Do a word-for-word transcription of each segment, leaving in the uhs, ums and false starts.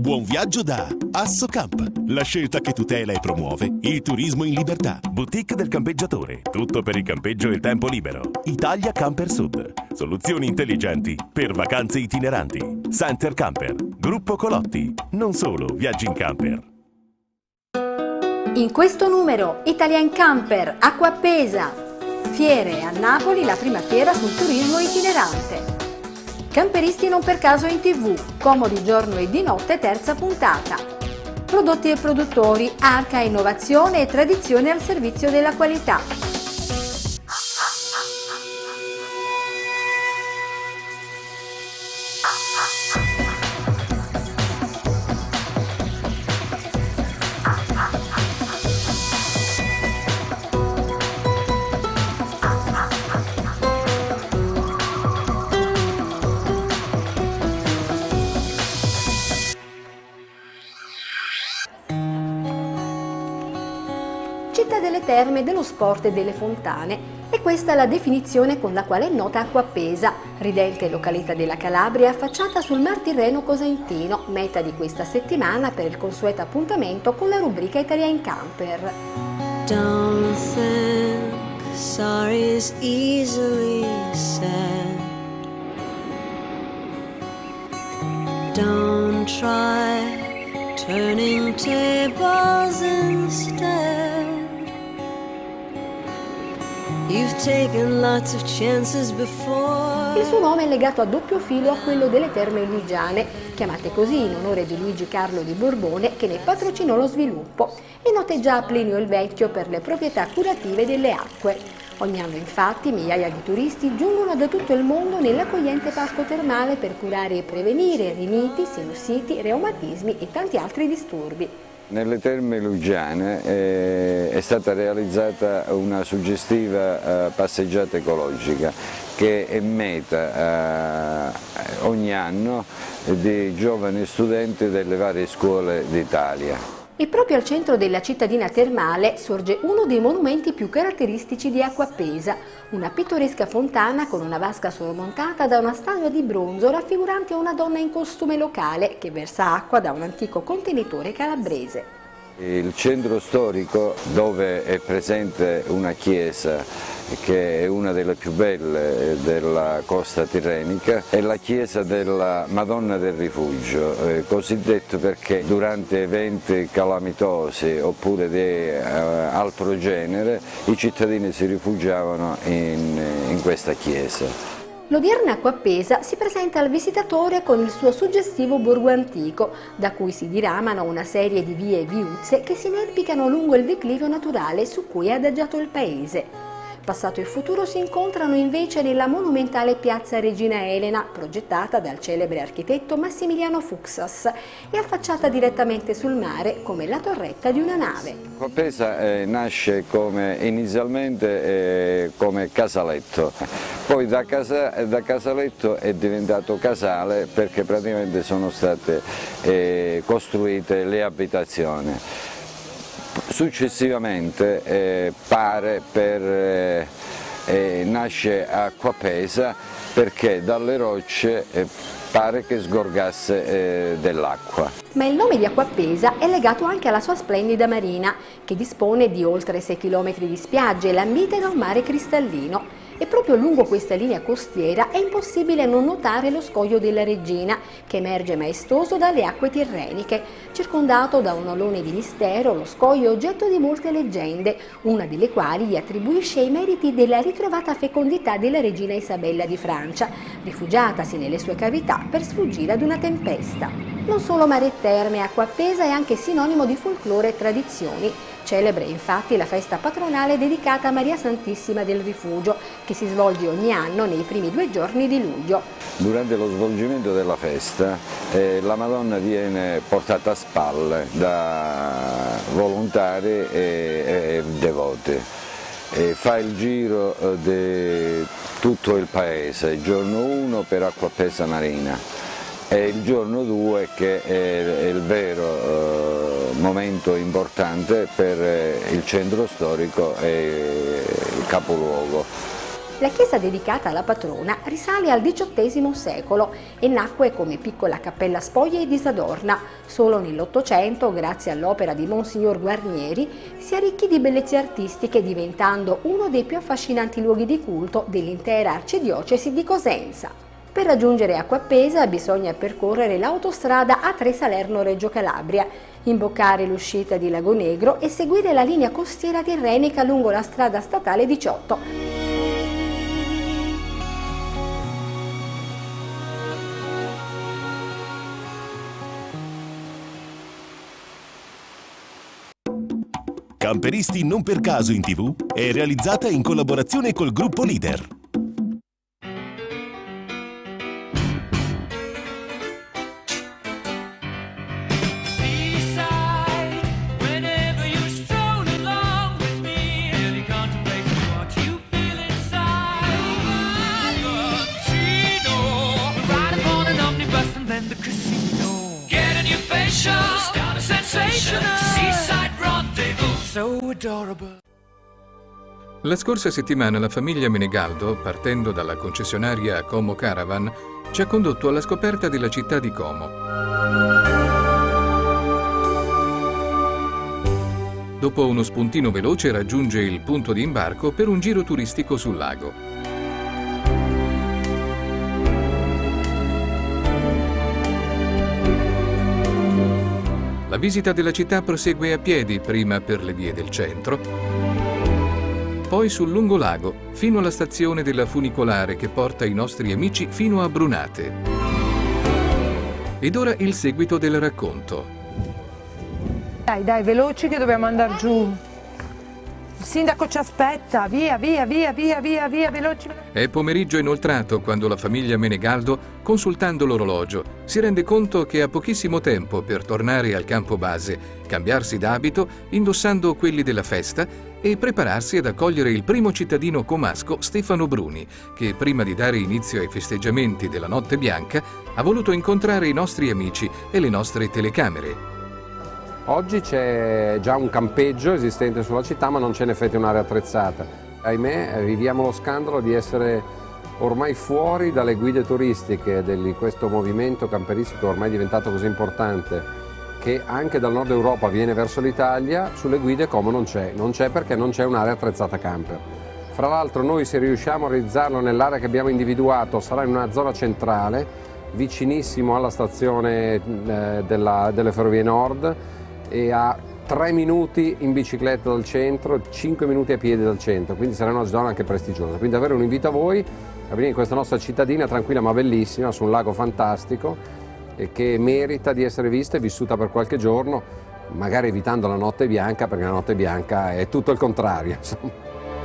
Buon viaggio da Assocamp, la scelta che tutela e promuove il turismo in libertà. Boutique del campeggiatore, tutto per il campeggio e tempo libero. Italia Camper Sud, soluzioni intelligenti per vacanze itineranti. Center Camper, Gruppo Colotti, non solo viaggi in camper. In questo numero, Italian Camper, Acqua Appesa. Fiere a Napoli, la prima fiera sul turismo itinerante. Camperisti non per caso in tv, comodi giorno e di notte, terza puntata. Prodotti e produttori, Arca, innovazione e tradizione al servizio della qualità. Città delle terme, dello sport e delle fontane, e questa è la definizione con la quale è nota Acqua Appesa, ridente località della Calabria affacciata sul Mar Tirreno cosentino, meta di questa settimana per il consueto appuntamento con la rubrica Italian Camper. Don't think sorry is easily said. Don't try turning tables instead. You've taken lots of chances before. Il suo nome è legato a doppio filo a quello delle Terme Luggiane, chiamate così in onore di Luigi Carlo di Borbone che ne patrocinò lo sviluppo, e note già a Plinio il Vecchio per le proprietà curative delle acque. Ogni anno infatti migliaia di turisti giungono da tutto il mondo nell'accogliente parco termale per curare e prevenire riniti, sinusiti, reumatismi e tanti altri disturbi. Nelle Terme Luggiane eh, è stata realizzata una suggestiva eh, passeggiata ecologica che è meta eh, ogni anno di giovani studenti delle varie scuole d'Italia. E proprio al centro della cittadina termale sorge uno dei monumenti più caratteristici di Acqua Appesa, una pittoresca fontana con una vasca sormontata da una statua di bronzo raffigurante una donna in costume locale che versa acqua da un antico contenitore calabrese. Il centro storico, dove è presente una chiesa che è una delle più belle della costa tirrenica, è la chiesa della Madonna del Rifugio, eh, cosiddetto perché durante eventi calamitosi oppure di eh, altro genere i cittadini si rifugiavano in, in questa chiesa. L'odierna Acqua Appesa si presenta al visitatore con il suo suggestivo borgo antico, da cui si diramano una serie di vie e viuzze che si inerpicano lungo il declivio naturale su cui è adagiato il paese. Passato e futuro si incontrano invece nella monumentale piazza Regina Elena, progettata dal celebre architetto Massimiliano Fuxas e affacciata direttamente sul mare come la torretta di una nave. Acqua Appesa eh, nasce come, inizialmente eh, come casaletto, poi da, casa, da casaletto è diventato casale perché praticamente sono state eh, costruite le abitazioni. Successivamente eh, pare per, eh, eh, nasce Acqua Appesa perché dalle rocce eh, pare che sgorgasse eh, dell'acqua. Ma il nome di Acqua Appesa è legato anche alla sua splendida marina, che dispone di oltre sei chilometri di spiagge lambite da un mare cristallino. E proprio lungo questa linea costiera è impossibile non notare lo scoglio della Regina, che emerge maestoso dalle acque tirreniche. Circondato da un alone di mistero, lo scoglio è oggetto di molte leggende, una delle quali gli attribuisce i meriti della ritrovata fecondità della regina Isabella di Francia, rifugiatasi nelle sue cavità per sfuggire ad una tempesta. Non solo mare e terme, Acqua Appesa è anche sinonimo di folklore e tradizioni. Celebre infatti la festa patronale dedicata a Maria Santissima del Rifugio, che si svolge ogni anno nei primi due giorni di luglio. Durante lo svolgimento della festa eh, la Madonna viene portata a spalle da volontari e, e devoti. E fa il giro di tutto il paese, il giorno uno per Acqua Appesa Marina e il giorno due che è il vero eh, momento importante per il centro storico e il capoluogo. La chiesa dedicata alla patrona risale al diciottesimo secolo e nacque come piccola cappella spoglia e disadorna. Solo nell'Ottocento, grazie all'opera di Monsignor Guarnieri, si arricchì di bellezze artistiche, diventando uno dei più affascinanti luoghi di culto dell'intera arcidiocesi di Cosenza. Per raggiungere Acqua Appesa bisogna percorrere l'autostrada A tre Salerno-Reggio Calabria, imboccare l'uscita di Lago Negro e seguire la linea costiera tirrenica lungo la strada statale diciotto. Camperisti non per caso in tivù è realizzata in collaborazione col gruppo Leader. La scorsa settimana la famiglia Menegaldo, partendo dalla concessionaria Como Caravan, ci ha condotto alla scoperta della città di Como. Dopo uno spuntino veloce raggiunge il punto di imbarco per un giro turistico sul lago. La visita della città prosegue a piedi, prima per le vie del centro, poi sul lungolago, fino alla stazione della funicolare che porta i nostri amici fino a Brunate. Ed ora il seguito del racconto. Dai, dai, veloci che dobbiamo andare giù. Il sindaco ci aspetta, via, via, via, via, via, via, veloci. È pomeriggio inoltrato quando la famiglia Menegaldo, consultando l'orologio, si rende conto che ha pochissimo tempo per tornare al campo base, cambiarsi d'abito, indossando quelli della festa e prepararsi ad accogliere il primo cittadino comasco, Stefano Bruni, che prima di dare inizio ai festeggiamenti della Notte Bianca ha voluto incontrare i nostri amici e le nostre telecamere. Oggi c'è già un campeggio esistente sulla città, ma non c'è in effetti un'area attrezzata. Ahimè, viviamo lo scandalo di essere ormai fuori dalle guide turistiche di questo movimento camperistico ormai diventato così importante, che anche dal nord Europa viene verso l'Italia. Sulle guide Como non c'è, non c'è perché non c'è un'area attrezzata camper. Fra l'altro noi, se riusciamo a realizzarlo nell'area che abbiamo individuato, sarà in una zona centrale, vicinissimo alla stazione eh, della, delle Ferrovie Nord, e a tre minuti in bicicletta dal centro, cinque minuti a piedi dal centro, quindi sarà una zona anche prestigiosa. Quindi avere un invito a voi a venire in questa nostra cittadina tranquilla ma bellissima, su un lago fantastico, e che merita di essere vista e vissuta per qualche giorno, magari evitando la Notte Bianca, perché la Notte Bianca è tutto il contrario, insomma.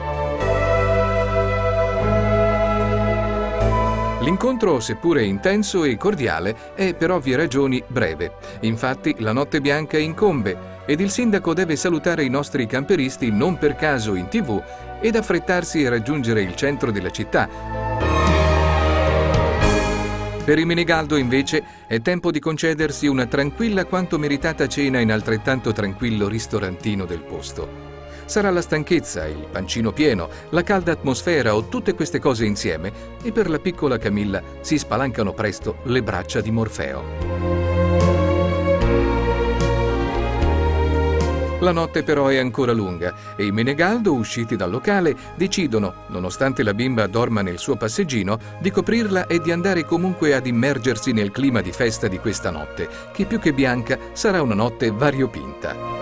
L'incontro, seppure intenso e cordiale, è per ovvie ragioni breve. Infatti la Notte Bianca incombe ed il sindaco deve salutare i nostri camperisti non per caso in tivù ed affrettarsi a raggiungere il centro della città. Per i Menegaldo, invece, è tempo di concedersi una tranquilla quanto meritata cena in altrettanto tranquillo ristorantino del posto. Sarà la stanchezza, il pancino pieno, la calda atmosfera o tutte queste cose insieme e per la piccola Camilla si spalancano presto le braccia di Morfeo. La notte però è ancora lunga e i Menegaldo, usciti dal locale, decidono, nonostante la bimba dorma nel suo passeggino, di coprirla e di andare comunque ad immergersi nel clima di festa di questa notte, che più che bianca sarà una notte variopinta.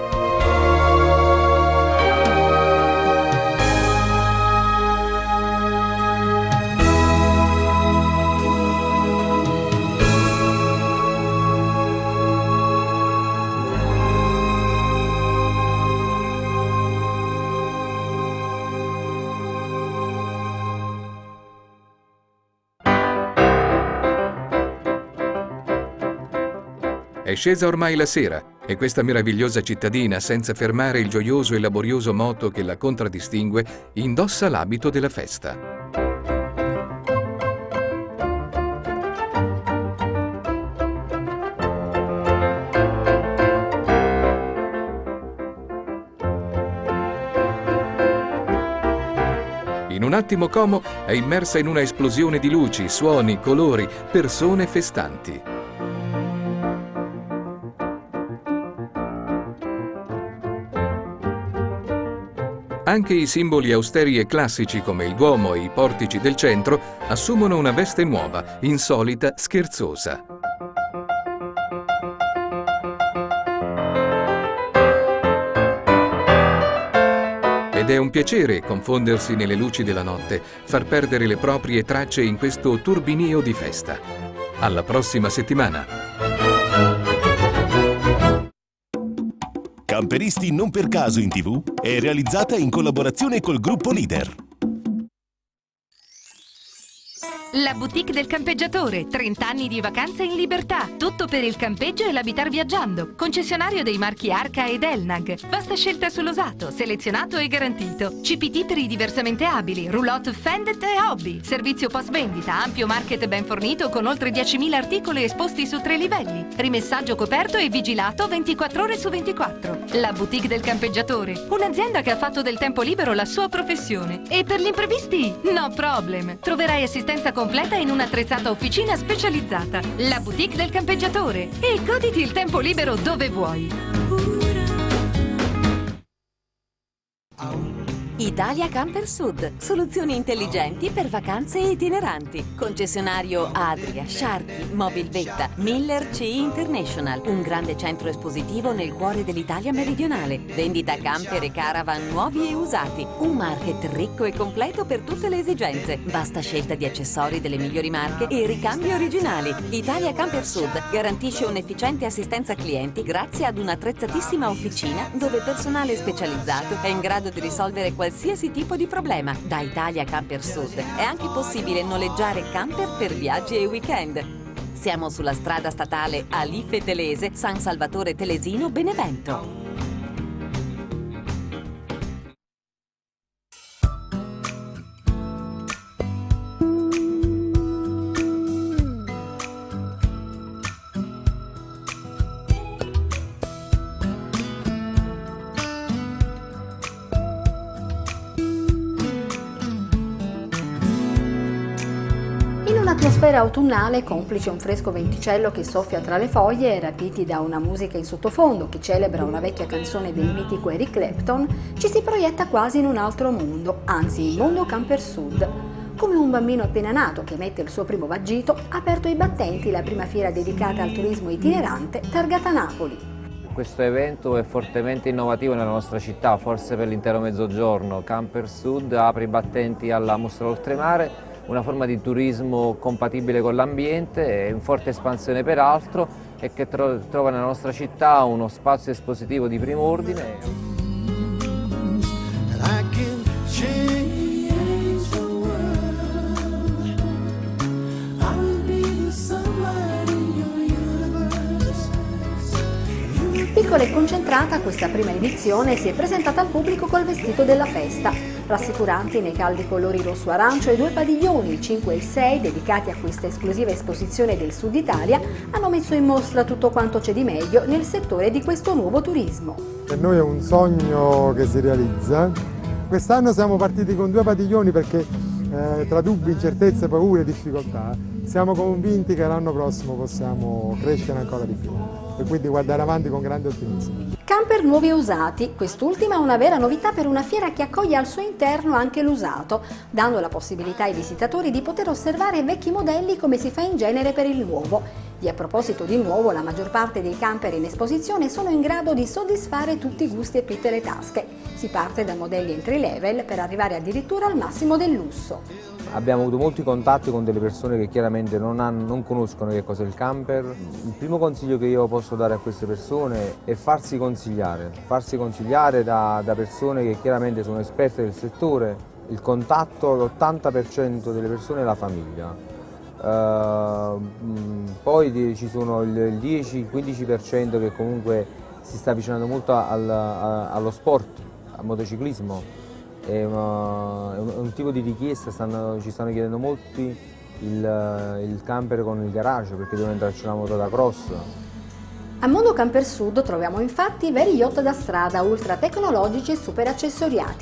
È scesa ormai la sera e questa meravigliosa cittadina, senza fermare il gioioso e laborioso moto che la contraddistingue, indossa l'abito della festa. I In un attimo Como è immersa in una esplosione di luci, suoni, colori, persone festanti. Anche i simboli austeri e classici come il Duomo e i portici del centro assumono una veste nuova, insolita, scherzosa. Ed è un piacere confondersi nelle luci della notte, far perdere le proprie tracce in questo turbinio di festa. Alla prossima settimana! Camperisti non per caso in tivù è realizzata in collaborazione col gruppo Leader. La boutique del campeggiatore, trenta anni di vacanze in libertà, tutto per il campeggio e l'abitar viaggiando. Concessionario dei marchi Arca ed Elnag. Vasta scelta sull'usato, selezionato e garantito. C P T per i diversamente abili, roulotte Fendet e hobby. Servizio post vendita, ampio market ben fornito con oltre diecimila articoli esposti su tre livelli. Rimessaggio coperto e vigilato ventiquattro ore su ventiquattro. La boutique del campeggiatore, un'azienda che ha fatto del tempo libero la sua professione. E per gli imprevisti, no problem. Troverai assistenza completa in un'attrezzata officina specializzata. La boutique del campeggiatore. E goditi il tempo libero dove vuoi. Italia Camper Sud, soluzioni intelligenti per vacanze itineranti. Concessionario Adria, Sharky, Mobilvetta, Miller C E International. Un grande centro espositivo nel cuore dell'Italia meridionale. Vendita camper e caravan nuovi e usati. Un market ricco e completo per tutte le esigenze. Vasta scelta di accessori delle migliori marche e ricambi originali. Italia Camper Sud garantisce un'efficiente assistenza clienti grazie ad un'attrezzatissima officina dove personale specializzato è in grado di risolvere qualsiasi tipo di problema. Da Italia Camper Sud è anche possibile noleggiare camper per viaggi e weekend. Siamo sulla strada statale Alife Telese, San Salvatore Telesino, Benevento. Atmosfera autunnale, complice un fresco venticello che soffia tra le foglie e rapiti da una musica in sottofondo che celebra una vecchia canzone del mitico Eric Clapton, ci si proietta quasi in un altro mondo, anzi il mondo Camper Sud. Come un bambino appena nato che mette il suo primo vagito, ha aperto i battenti la prima fiera dedicata al turismo itinerante targata Napoli. Questo evento è fortemente innovativo nella nostra città, forse per l'intero mezzogiorno. Camper Sud apre i battenti alla Mostra Oltremare, una forma di turismo compatibile con l'ambiente, in forte espansione peraltro, e che tro trova nella nostra città uno spazio espositivo di primo ordine. Piccola e concentrata, questa prima edizione si è presentata al pubblico col vestito della festa. Rassicuranti nei caldi colori rosso-arancio, i due padiglioni, il cinque e il sei, dedicati a questa esclusiva esposizione del Sud Italia, hanno messo in mostra tutto quanto c'è di meglio nel settore di questo nuovo turismo. Per noi è un sogno che si realizza. Quest'anno siamo partiti con due padiglioni perché eh, tra dubbi, incertezze, paure e difficoltà siamo convinti che l'anno prossimo possiamo crescere ancora di più e quindi guardare avanti con grande ottimismo. Camper nuovi e usati, quest'ultima è una vera novità per una fiera che accoglie al suo interno anche l'usato, dando la possibilità ai visitatori di poter osservare vecchi modelli come si fa in genere per il nuovo. E a proposito di nuovo, la maggior parte dei camper in esposizione sono in grado di soddisfare tutti i gusti e tutte le tasche. Si parte da modelli entry level per arrivare addirittura al massimo del lusso. Abbiamo avuto molti contatti con delle persone che chiaramente non, hanno, non conoscono che cos'è il camper. Il primo consiglio che io posso dare a queste persone è farsi consigliare, farsi consigliare da, da persone che chiaramente sono esperte del settore. Il contatto, l'ottanta per cento delle persone è la famiglia. Uh, poi ci sono il dieci quindici per cento che comunque si sta avvicinando molto al, a, allo sport, al motociclismo. È, una, è, un, è un tipo di richiesta, stanno, ci stanno chiedendo molti il, il camper con il garage perché devono entrarci una moto da cross. A Mondo Camper Sud troviamo infatti veri yacht da strada ultra tecnologici e super accessoriati.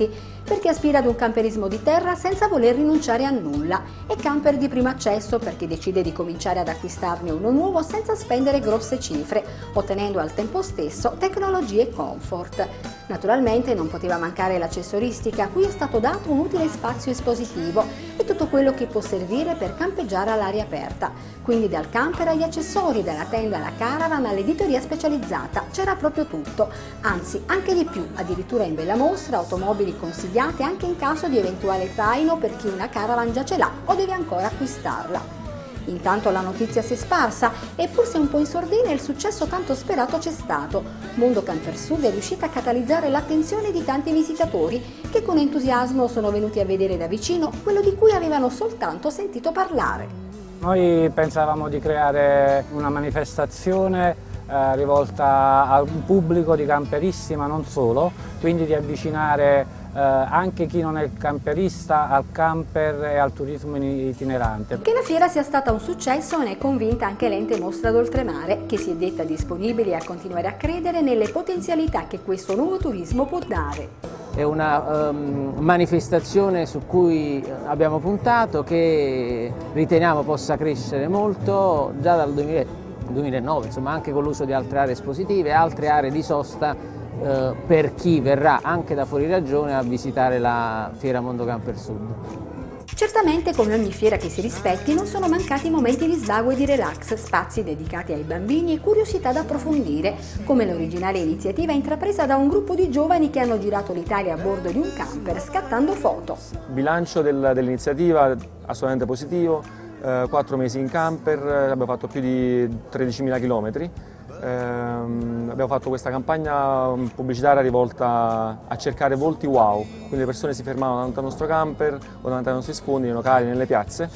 per chi aspira ad un camperismo di terra senza voler rinunciare a nulla, e camper di primo accesso per chi decide di cominciare ad acquistarne uno nuovo senza spendere grosse cifre, ottenendo al tempo stesso tecnologie e comfort. Naturalmente non poteva mancare l'accessoristica, a cui è stato dato un utile spazio espositivo e tutto quello che può servire per campeggiare all'aria aperta. Quindi dal camper agli accessori, dalla tenda alla caravan all'editoria specializzata, c'era proprio tutto, anzi anche di più, addirittura in bella mostra, automobili consigliate anche in caso di eventuale traino per chi una caravan già ce l'ha o deve ancora acquistarla. Intanto la notizia si è sparsa e pur se un po' in sordina il successo tanto sperato c'è stato. Mondo Camper Sud è riuscita a catalizzare l'attenzione di tanti visitatori che con entusiasmo sono venuti a vedere da vicino quello di cui avevano soltanto sentito parlare. Noi pensavamo di creare una manifestazione eh, rivolta a un pubblico di camperisti ma non solo, quindi di avvicinare Eh, anche chi non è camperista al camper e al turismo itinerante. Che la fiera sia stata un successo ne è convinta anche l'ente Mostra d'Oltremare, che si è detta disponibile a continuare a credere nelle potenzialità che questo nuovo turismo può dare. È una um, manifestazione su cui abbiamo puntato, che riteniamo possa crescere molto già dal duemilanove, insomma, anche con l'uso di altre aree espositive, altre aree di sosta Eh, per chi verrà anche da fuori regione a visitare la Fiera Mondo Camper Sud. Certamente, come ogni fiera che si rispetti, non sono mancati momenti di svago e di relax, spazi dedicati ai bambini e curiosità da approfondire, come l'originale iniziativa intrapresa da un gruppo di giovani che hanno girato l'Italia a bordo di un camper scattando foto. Il bilancio del, dell'iniziativa assolutamente positivo, eh, quattro mesi in camper, abbiamo fatto più di tredicimila chilometri. Eh, abbiamo fatto questa campagna pubblicitaria rivolta a cercare volti wow, quindi le persone si fermavano davanti al nostro camper o davanti ai nostri sfondi, nei locali, nelle piazze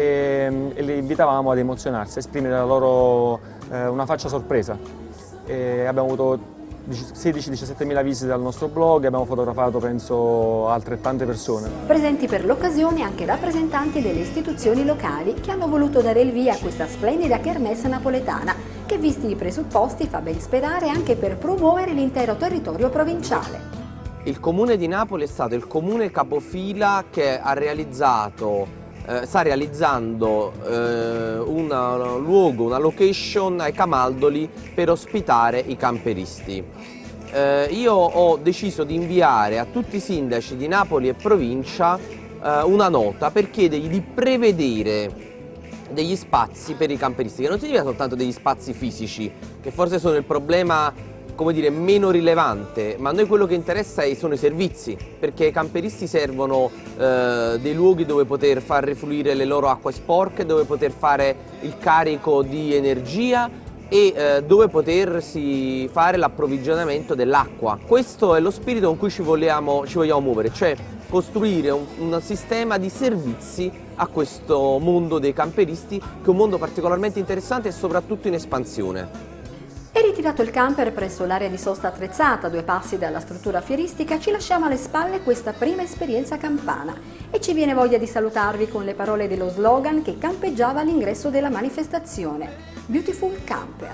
e, e le invitavamo ad emozionarsi, a esprimere la loro eh, una faccia sorpresa. E abbiamo avuto sedici diciassette mila visite al nostro blog e abbiamo fotografato penso altrettante persone. Presenti per l'occasione anche rappresentanti delle istituzioni locali che hanno voluto dare il via a questa splendida kermesse napoletana che, visti i presupposti, fa ben sperare anche per promuovere l'intero territorio provinciale. Il Comune di Napoli è stato il comune capofila che ha realizzato, eh, sta realizzando eh, un luogo, una location ai Camaldoli per ospitare i camperisti. Eh, io ho deciso di inviare a tutti i sindaci di Napoli e provincia eh, una nota per chiedergli di prevedere degli spazi per i camperisti, che non significa soltanto degli spazi fisici, che forse sono il problema, come dire, meno rilevante, ma a noi quello che interessa sono i servizi, perché ai camperisti servono eh, dei luoghi dove poter far rifluire le loro acque sporche, dove poter fare il carico di energia e eh, dove potersi fare l'approvvigionamento dell'acqua. Questo è lo spirito con cui ci vogliamo, ci vogliamo muovere, cioè costruire un, un sistema di servizi a questo mondo dei camperisti, che è un mondo particolarmente interessante e soprattutto in espansione. E ritirato il camper presso l'area di sosta attrezzata, a due passi dalla struttura fieristica, ci lasciamo alle spalle questa prima esperienza campana e ci viene voglia di salutarvi con le parole dello slogan che campeggiava all'ingresso della manifestazione: Beautiful Camper.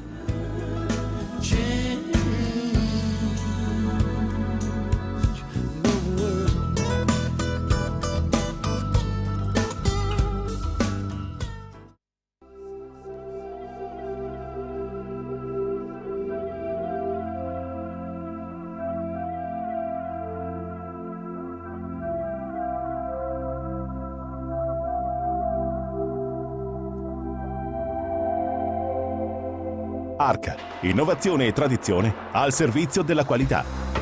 Arca, innovazione e tradizione al servizio della qualità.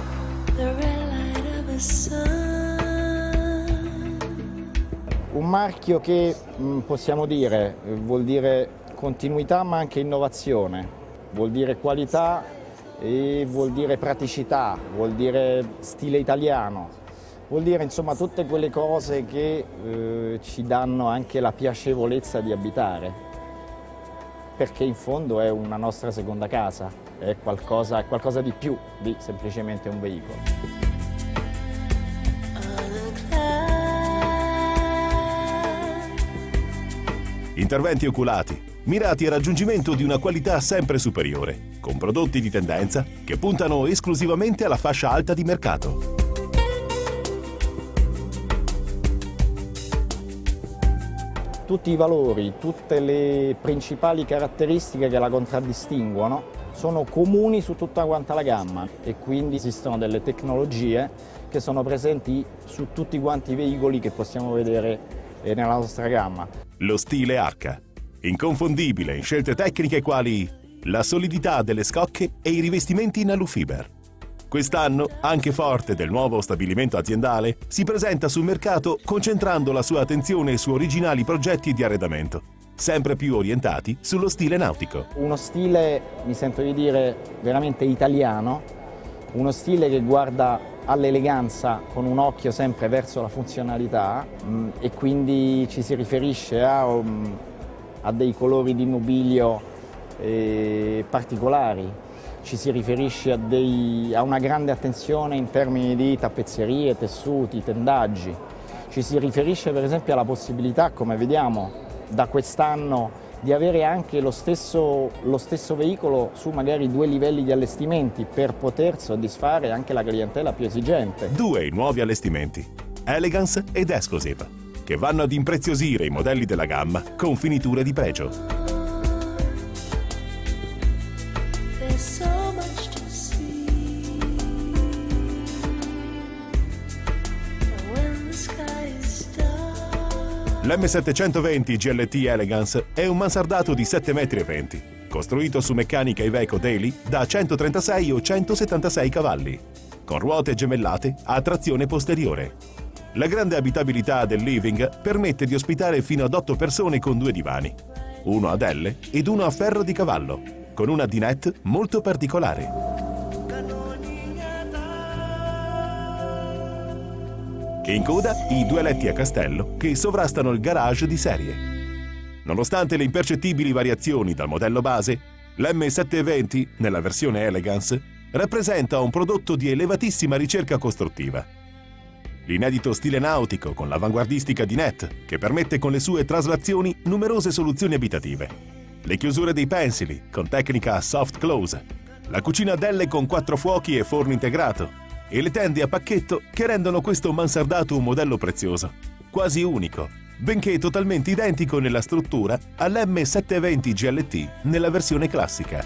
Un marchio che possiamo dire vuol dire continuità ma anche innovazione, vuol dire qualità e vuol dire praticità, vuol dire stile italiano, vuol dire insomma tutte quelle cose che eh, ci danno anche la piacevolezza di abitare, perché in fondo è una nostra seconda casa, è qualcosa, qualcosa di più di semplicemente un veicolo. Interventi oculati, mirati al raggiungimento di una qualità sempre superiore, con prodotti di tendenza che puntano esclusivamente alla fascia alta di mercato. tutti i valori, tutte le principali caratteristiche che la contraddistinguono sono comuni su tutta quanta la gamma e quindi esistono delle tecnologie che sono presenti su tutti quanti i veicoli che possiamo vedere nella nostra gamma. Lo stile Arca, inconfondibile in scelte tecniche quali la solidità delle scocche e i rivestimenti in alufiber. Quest'anno, anche forte del nuovo stabilimento aziendale, si presenta sul mercato concentrando la sua attenzione su originali progetti di arredamento, sempre più orientati sullo stile nautico. Uno stile, mi sento di dire, veramente italiano, uno stile che guarda all'eleganza con un occhio sempre verso la funzionalità mh, e quindi ci si riferisce a, um, a dei colori di mobilio eh, particolari. Ci si riferisce a, dei, a una grande attenzione in termini di tappezzerie, tessuti, tendaggi. Ci si riferisce per esempio alla possibilità, come vediamo da quest'anno, di avere anche lo stesso, lo stesso veicolo su magari due livelli di allestimenti per poter soddisfare anche la clientela più esigente. Due i nuovi allestimenti, Elegance ed Exclusive, che vanno ad impreziosire i modelli della gamma con finiture di pregio. L'M settecentoventi G L T Elegance è un mansardato di sette virgola venti metri, costruito su meccanica Iveco Daily da centotrentasei o centosettantasei cavalli, con ruote gemellate a trazione posteriore. La grande abitabilità del living permette di ospitare fino ad otto persone con due divani, uno ad L ed uno a ferro di cavallo, con una dinette molto particolare. In coda i due letti a castello che sovrastano il garage di serie. Nonostante le impercettibili variazioni dal modello base, l'M settecentoventi, nella versione Elegance, rappresenta un prodotto di elevatissima ricerca costruttiva. L'inedito stile nautico con l'avanguardistica dinette che permette con le sue traslazioni numerose soluzioni abitative. Le chiusure dei pensili con tecnica soft close, la cucina ad L con quattro fuochi e forno integrato, e le tende a pacchetto che rendono questo mansardato un modello prezioso, quasi unico, benché totalmente identico nella struttura all'M settecentoventi G L T nella versione classica.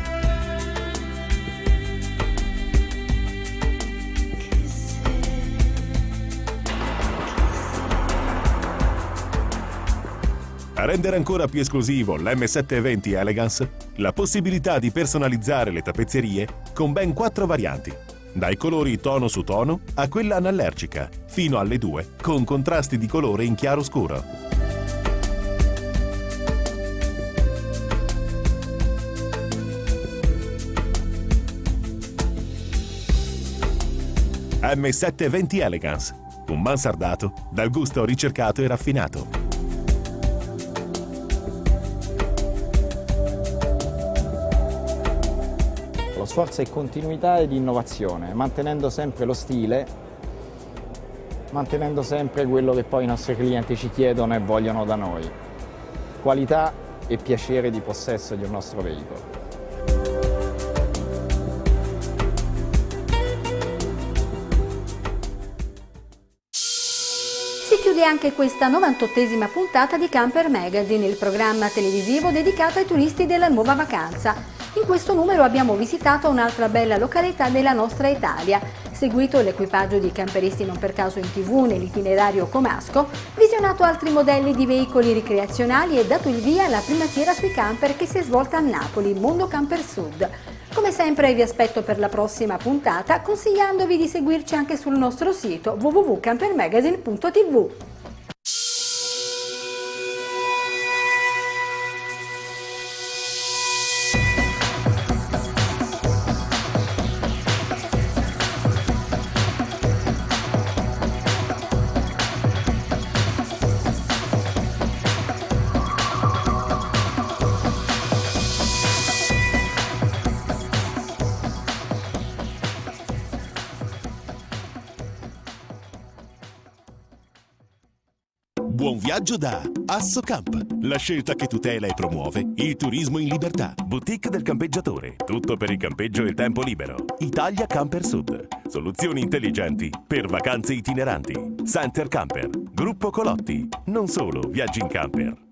A rendere ancora più esclusivo l'M settecentoventi Elegance, la possibilità di personalizzare le tappezzerie con ben quattro varianti, dai colori tono su tono a quella anallergica, fino alle due con contrasti di colore in chiaro scuro. M settecentoventi Elegance, un mansardato dal gusto ricercato e raffinato. Lo sforzo è continuità ed innovazione, mantenendo sempre lo stile, mantenendo sempre quello che poi i nostri clienti ci chiedono e vogliono da noi. Qualità e piacere di possesso di un nostro veicolo. Si chiude anche questa novantottesima puntata di Camper Magazine, il programma televisivo dedicato ai turisti della nuova vacanza. In questo numero abbiamo visitato un'altra bella località della nostra Italia, seguito l'equipaggio di camperisti non per caso in tv nell'itinerario comasco, visionato altri modelli di veicoli ricreazionali e dato il via alla prima fiera sui camper che si è svolta a Napoli, Mondo Camper Sud. Come sempre vi aspetto per la prossima puntata, consigliandovi di seguirci anche sul nostro sito w w w punto camper magazine punto t v. Buon viaggio da Assocamp, la scelta che tutela e promuove il turismo in libertà. Boutique del campeggiatore, tutto per il campeggio e tempo libero. Italia Camper Sud, soluzioni intelligenti per vacanze itineranti. Center Camper, Gruppo Colotti, non solo viaggi in camper.